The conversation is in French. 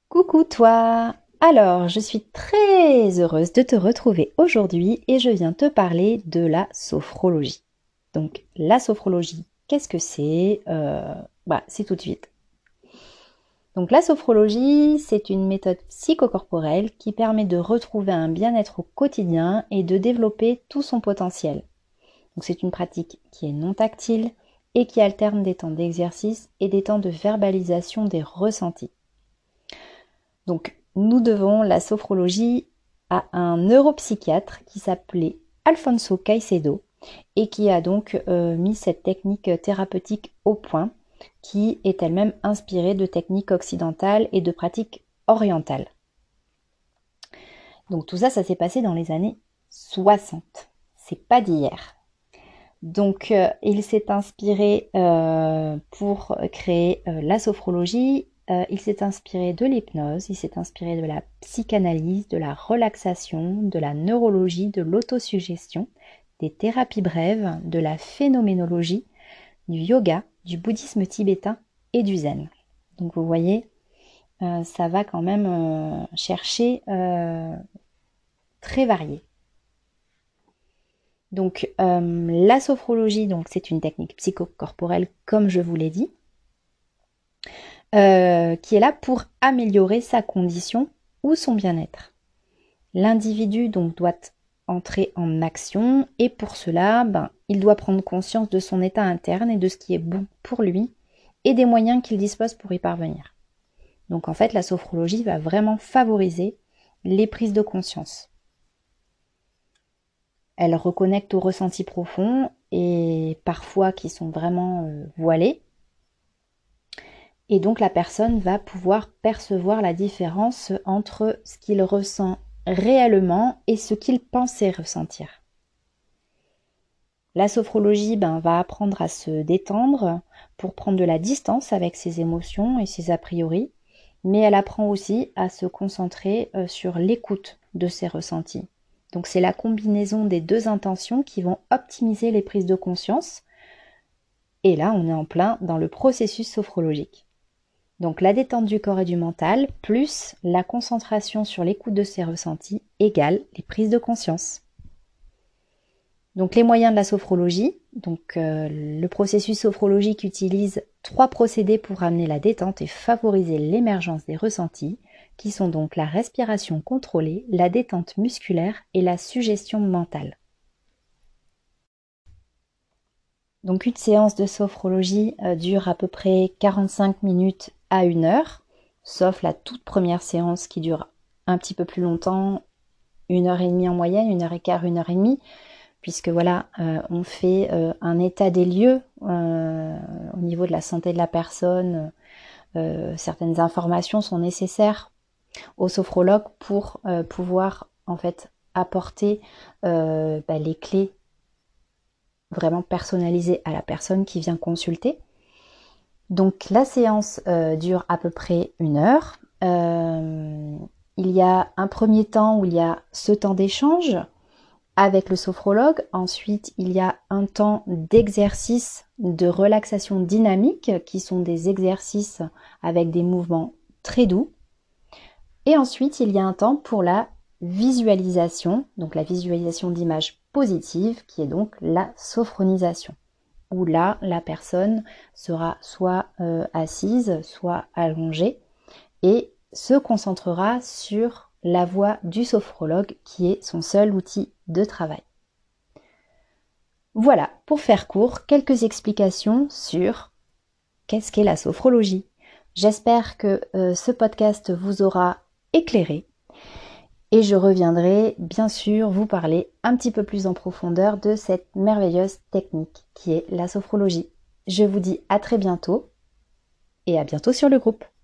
Coucou toi! Alors, je suis très heureuse de te retrouver aujourd'hui et je viens te parler de la sophrologie. Donc, la sophrologie, qu'est-ce que c'est? C'est tout de suite. Donc, la sophrologie, c'est une méthode psychocorporelle qui permet de retrouver un bien-être au quotidien et de développer tout son potentiel. Donc, c'est une pratique qui est non tactile et qui alterne des temps d'exercice et des temps de verbalisation des ressentis. Donc, nous devons la sophrologie à un neuropsychiatre qui s'appelait Alfonso Caicedo et qui a donc mis cette technique thérapeutique au point, qui est elle-même inspirée de techniques occidentales et de pratiques orientales. Donc tout ça, ça s'est passé dans les années 60. C'est pas d'hier. Donc il s'est inspiré pour créer la sophrologie. Il s'est inspiré de l'hypnose, il s'est inspiré de la psychanalyse, de la relaxation, de la neurologie, de l'autosuggestion, des thérapies brèves, de la phénoménologie, du yoga, du bouddhisme tibétain et du zen. Donc vous voyez, ça va quand même chercher très varié. Donc la sophrologie, donc, c'est une technique psychocorporelle, comme je vous l'ai dit, qui est là pour améliorer sa condition ou son bien-être. L'individu donc doit entrer en action et pour cela, il doit prendre conscience de son état interne et de ce qui est bon pour lui et des moyens qu'il dispose pour y parvenir. Donc en fait, la sophrologie va vraiment favoriser les prises de conscience. Elle reconnecte aux ressentis profonds et parfois qui sont vraiment voilés. Et donc la personne va pouvoir percevoir la différence entre ce qu'il ressent réellement et ce qu'il pensait ressentir. La sophrologie va apprendre à se détendre pour prendre de la distance avec ses émotions et ses a priori, mais elle apprend aussi à se concentrer sur l'écoute de ses ressentis. Donc c'est la combinaison des deux intentions qui vont optimiser les prises de conscience. Et là, on est en plein dans le processus sophrologique. Donc la détente du corps et du mental, plus la concentration sur l'écoute de ses ressentis, égale les prises de conscience. Donc les moyens de la sophrologie, le processus sophrologique utilise 3 procédés pour amener la détente et favoriser l'émergence des ressentis, qui sont donc la respiration contrôlée, la détente musculaire et la suggestion mentale. Donc une séance de sophrologie dure à peu près 45 minutes à 1 heure, sauf la toute première séance qui dure un petit peu plus longtemps, 1h30 en moyenne, 1h15, 1h30, puisque voilà, on fait un état des lieux au niveau de la santé de la personne. Certaines informations sont nécessaires au sophrologue pour pouvoir en fait apporter les clés vraiment personnalisées à la personne qui vient consulter. Donc la séance dure à peu près 1 heure. Il y a un premier temps où il y a ce temps d'échange avec le sophrologue. Ensuite, il y a un temps d'exercice de relaxation dynamique qui sont des exercices avec des mouvements très doux. Et ensuite, il y a un temps pour la visualisation, donc la visualisation d'images positives qui est donc la sophronisation, où là, la personne sera soit assise, soit allongée et se concentrera sur la voix du sophrologue qui est son seul outil de travail. Voilà, pour faire court, quelques explications sur qu'est-ce qu'est la sophrologie. J'espère que ce podcast vous aura éclairé et je reviendrai bien sûr vous parler un petit peu plus en profondeur de cette merveilleuse technique qui est la sophrologie. Je vous dis à très bientôt et à bientôt sur le groupe.